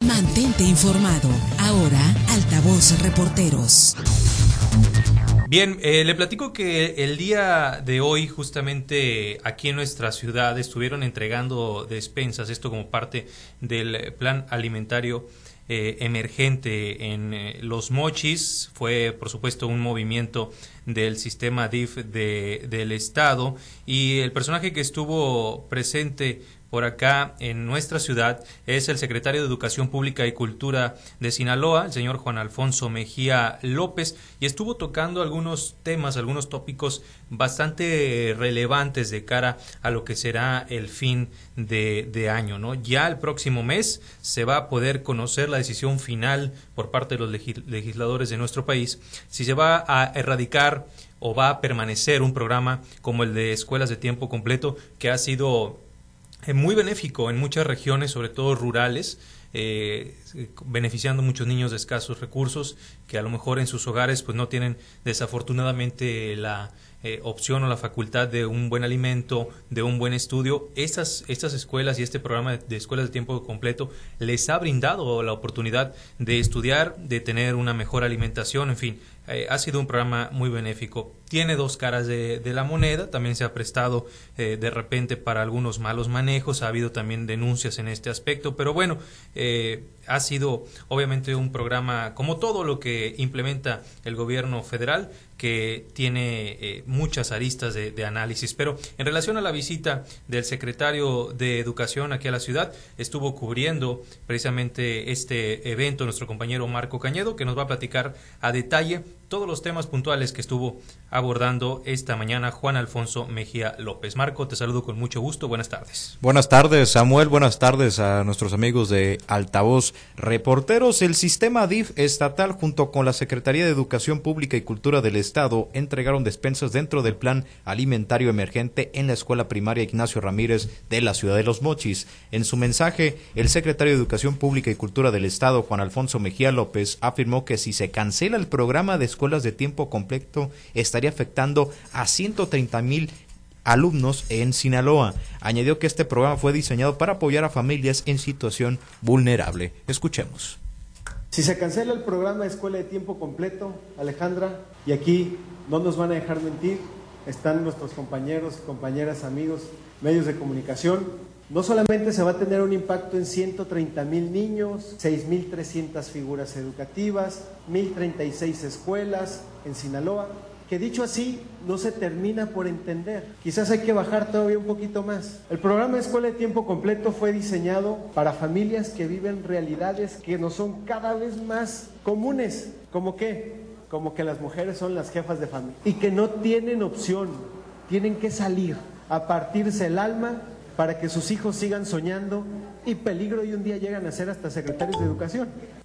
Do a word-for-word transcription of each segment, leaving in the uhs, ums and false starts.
Mantente informado. Ahora, Altavoz Reporteros. Bien, eh, le platico que el día de hoy, justamente aquí en nuestra ciudad, estuvieron entregando despensas, esto como parte del plan alimentario eh, emergente en eh, Los Mochis. Fue, por supuesto, un movimiento del sistema D I F de, del Estado, y el personaje que estuvo presente por acá en nuestra ciudad es el secretario de Educación Pública y Cultura de Sinaloa, el señor Juan Alfonso Mejía López, y estuvo tocando algunos temas, algunos tópicos bastante relevantes de cara a lo que será el fin de, de año, ¿no? Ya el próximo mes se va a poder conocer la decisión final por parte de los legisladores de nuestro país, si se va a erradicar o va a permanecer un programa como el de escuelas de tiempo completo, que ha sido muy benéfico en muchas regiones, sobre todo rurales, eh, beneficiando a muchos niños de escasos recursos que a lo mejor en sus hogares pues no tienen desafortunadamente la eh, opción o la facultad de un buen alimento, de un buen estudio. Estas, estas escuelas y este programa de, de escuelas de tiempo completo les ha brindado la oportunidad de estudiar, de tener una mejor alimentación, en fin. Eh, ha sido un programa muy benéfico. Tiene dos caras de, de la moneda, también se ha prestado eh, de repente para algunos malos manejos, ha habido también denuncias en este aspecto, pero bueno, eh, ha sido obviamente un programa como todo lo que implementa el gobierno federal, que tiene eh, muchas aristas de, de análisis. Pero en relación a la visita del secretario de Educación aquí a la ciudad, estuvo cubriendo precisamente este evento nuestro compañero Marco Cañedo, que nos va a platicar a detalle todos los temas puntuales que estuvo abordando esta mañana Juan Alfonso Mejía López. Marco, te saludo con mucho gusto. Buenas tardes. Buenas tardes, Samuel. Buenas tardes a nuestros amigos de Altavoz Reporteros. El sistema D I F estatal junto con la Secretaría de Educación Pública y Cultura del Estado entregaron despensas dentro del plan alimentario emergente en la escuela primaria Ignacio Ramírez de la ciudad de Los Mochis. En su mensaje, el secretario de Educación Pública y Cultura del Estado, Juan Alfonso Mejía López, afirmó que si se cancela el programa de escuelas de tiempo completo, estaría afectando a ciento treinta mil alumnos en Sinaloa. Añadió que este programa fue diseñado para apoyar a familias en situación vulnerable. Escuchemos. Si se cancela el programa de escuela de tiempo completo, Alejandra, y aquí no nos van a dejar mentir, están nuestros compañeros, compañeras, amigos, medios de comunicación, no solamente se va a tener un impacto en ciento treinta mil niños, seis mil trescientas figuras educativas, mil treinta y seis escuelas en Sinaloa, que dicho así no se termina por entender. Quizás hay que bajar todavía un poquito más. El programa de escuela de tiempo completo fue diseñado para familias que viven realidades que nos son cada vez más comunes. ¿Cómo qué? Como que las mujeres son las jefas de familia y que no tienen opción, tienen que salir a partirse el alma para que sus hijos sigan soñando y peligro y un día llegan a ser hasta secretarios de educación.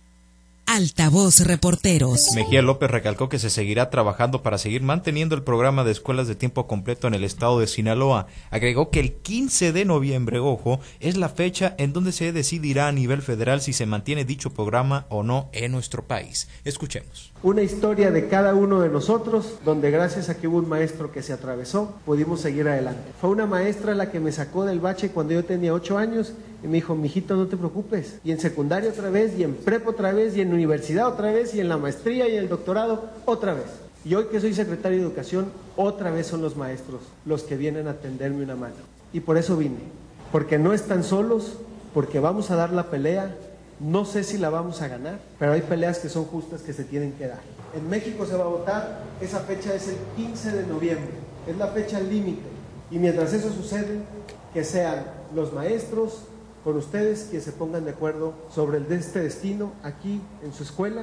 Altavoz Reporteros. Mejía López recalcó que se seguirá trabajando para seguir manteniendo el programa de escuelas de tiempo completo en el estado de Sinaloa. Agregó que el quince de noviembre, ojo, es la fecha en donde se decidirá a nivel federal si se mantiene dicho programa o no en nuestro país. Escuchemos. Una historia de cada uno de nosotros, donde gracias a que hubo un maestro que se atravesó, pudimos seguir adelante. Fue una maestra la que me sacó del bache cuando yo tenía ocho años y me dijo, mijito, no te preocupes. Y en secundaria otra vez, y en prepa otra vez, y en universidad otra vez, y en la maestría y en el doctorado otra vez. Y hoy que soy secretario de Educación, otra vez son los maestros los que vienen a tenderme una mano. Y por eso vine, porque no están solos, porque vamos a dar la pelea. No sé si la vamos a ganar, pero hay peleas que son justas que se tienen que dar. En México se va a votar, esa fecha es el quince de noviembre, es la fecha límite. Y mientras eso sucede, que sean los maestros con ustedes quienes se pongan de acuerdo sobre el de este destino aquí en su escuela.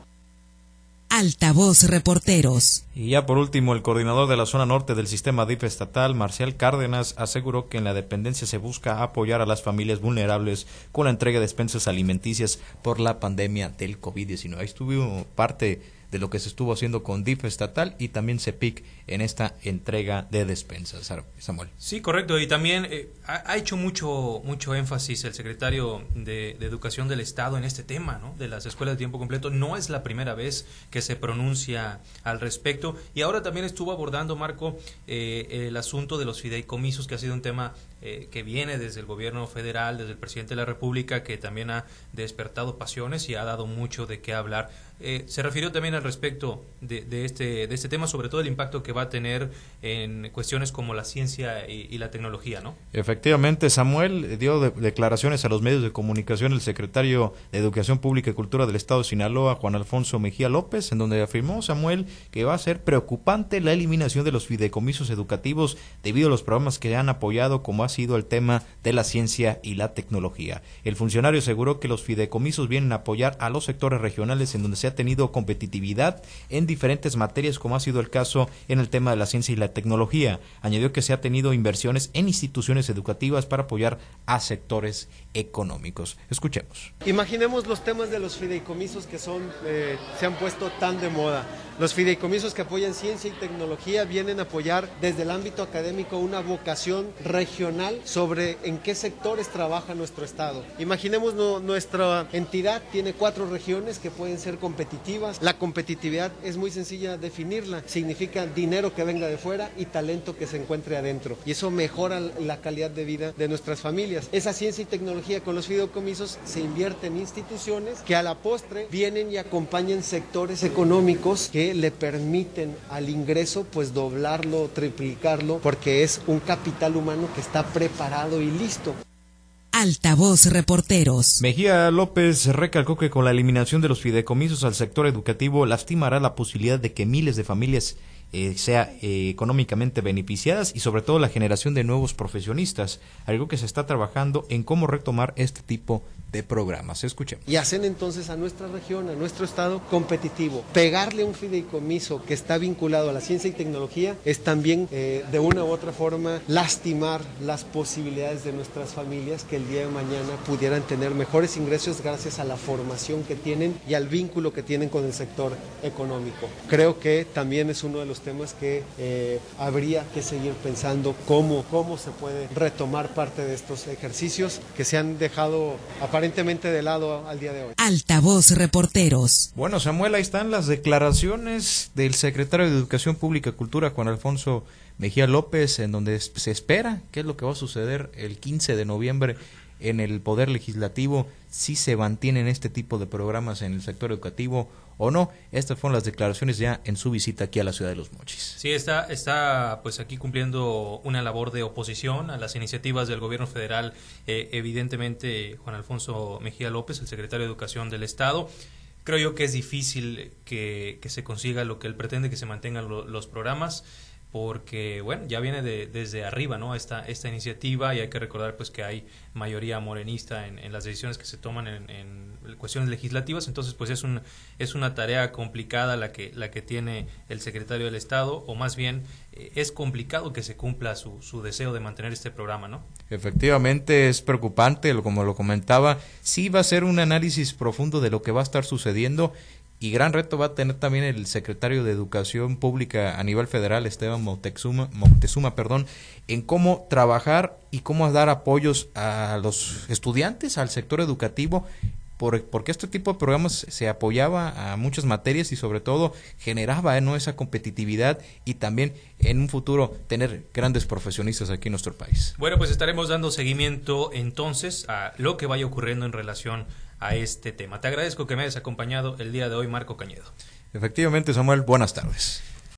Altavoz Reporteros. Y ya por último, el coordinador de la zona norte del sistema D I F estatal, Marcial Cárdenas, aseguró que en la dependencia se busca apoyar a las familias vulnerables con la entrega de despensas alimenticias por la pandemia del COVID diecinueve. Ahí estuvo parte de lo que se estuvo haciendo con D I F estatal y también CEPIC en esta entrega de despensas. Samuel. Sí, correcto, y también eh, ha, ha hecho mucho mucho énfasis el secretario de, de Educación del Estado en este tema, ¿no?, de las escuelas de tiempo completo. No es la primera vez que se pronuncia al respecto, y ahora también estuvo abordando, Marco, eh, el asunto de los fideicomisos, que ha sido un tema eh, que viene desde el gobierno federal, desde el presidente de la República, que también ha despertado pasiones y ha dado mucho de qué hablar. Eh, se refirió también al respecto de, de, este, de este tema, sobre todo el impacto que va a tener en cuestiones como la ciencia y, y la tecnología, ¿no? Efectivamente, Samuel dio de, declaraciones a los medios de comunicación el secretario de Educación Pública y Cultura del Estado de Sinaloa, Juan Alfonso Mejía López, en donde afirmó Samuel que va a ser preocupante la eliminación de los fideicomisos educativos debido a los programas que han apoyado, como ha sido el tema de la ciencia y la tecnología. El funcionario aseguró que los fideicomisos vienen a apoyar a los sectores regionales en donde se ha tenido competitividad en diferentes materias, como ha sido el caso en el tema de la ciencia y la tecnología. Añadió que se ha tenido inversiones en instituciones educativas para apoyar a sectores económicos. Escuchemos. Imaginemos los temas de los fideicomisos que son eh, se han puesto tan de moda. Los fideicomisos que apoyan ciencia y tecnología vienen a apoyar desde el ámbito académico una vocación regional sobre en qué sectores trabaja nuestro estado. Imaginemos no, nuestra entidad tiene cuatro regiones que pueden ser competitivas. La competitividad es muy sencilla definirla. Significa dinero que venga de fuera y talento que se encuentre adentro. Y eso mejora la calidad de vida de nuestras familias. Esa ciencia y tecnología con los fideicomisos se invierte en instituciones que a la postre vienen y acompañan sectores económicos que le permiten al ingreso pues doblarlo, triplicarlo, porque es un capital humano que está preparado y listo. Altavoz Reporteros. Mejía López recalcó que con la eliminación de los fideicomisos al sector educativo lastimará la posibilidad de que miles de familias eh, sea eh, económicamente beneficiadas y sobre todo la generación de nuevos profesionistas, algo que se está trabajando en cómo retomar este tipo de programas. Escuchemos. Y hacen entonces a nuestra región, a nuestro estado competitivo. Pegarle un fideicomiso que está vinculado a la ciencia y tecnología es también eh, de una u otra forma lastimar las posibilidades de nuestras familias que el día de mañana pudieran tener mejores ingresos gracias a la formación que tienen y al vínculo que tienen con el sector económico. Creo que también es uno de los temas que eh, habría que seguir pensando cómo, cómo se puede retomar parte de estos ejercicios que se han dejado aparentemente aparentemente de lado al día de hoy. Altavoz Reporteros. Bueno, Samuel, ahí están las declaraciones del secretario de Educación Pública y Cultura, Juan Alfonso Mejía López, en donde se espera qué es lo que va a suceder el quince de noviembre en el Poder Legislativo, si se mantienen este tipo de programas en el sector educativo o no. Estas fueron las declaraciones ya en su visita aquí a la ciudad de Los Mochis. Sí, está, está pues aquí cumpliendo una labor de oposición a las iniciativas del gobierno federal, eh, evidentemente Juan Alfonso Mejía López, el secretario de Educación del Estado. Creo yo que es difícil que, que se consiga lo que él pretende, que se mantengan lo, los programas, porque bueno, ya viene de, desde arriba, ¿no? Esta, esta iniciativa, y hay que recordar pues que hay mayoría morenista en, en las decisiones que se toman en, en cuestiones legislativas. Entonces pues es un es una tarea complicada la que la que tiene el secretario del Estado, o más bien eh, es complicado que se cumpla su, su deseo de mantener este programa, ¿no? Efectivamente es preocupante, como lo comentaba, sí va a ser un análisis profundo de lo que va a estar sucediendo. Y gran reto va a tener también el secretario de Educación Pública a nivel federal, Esteban Moctezuma, Moctezuma, perdón, en cómo trabajar y cómo dar apoyos a los estudiantes, al sector educativo, por, porque este tipo de programas se apoyaba a muchas materias y sobre todo generaba, ¿eh? ¿no? esa competitividad y también en un futuro tener grandes profesionistas aquí en nuestro país. Bueno, pues estaremos dando seguimiento entonces a lo que vaya ocurriendo en relación a este tema. Te agradezco que me hayas acompañado el día de hoy, Marco Cañedo. Efectivamente, Samuel, buenas tardes.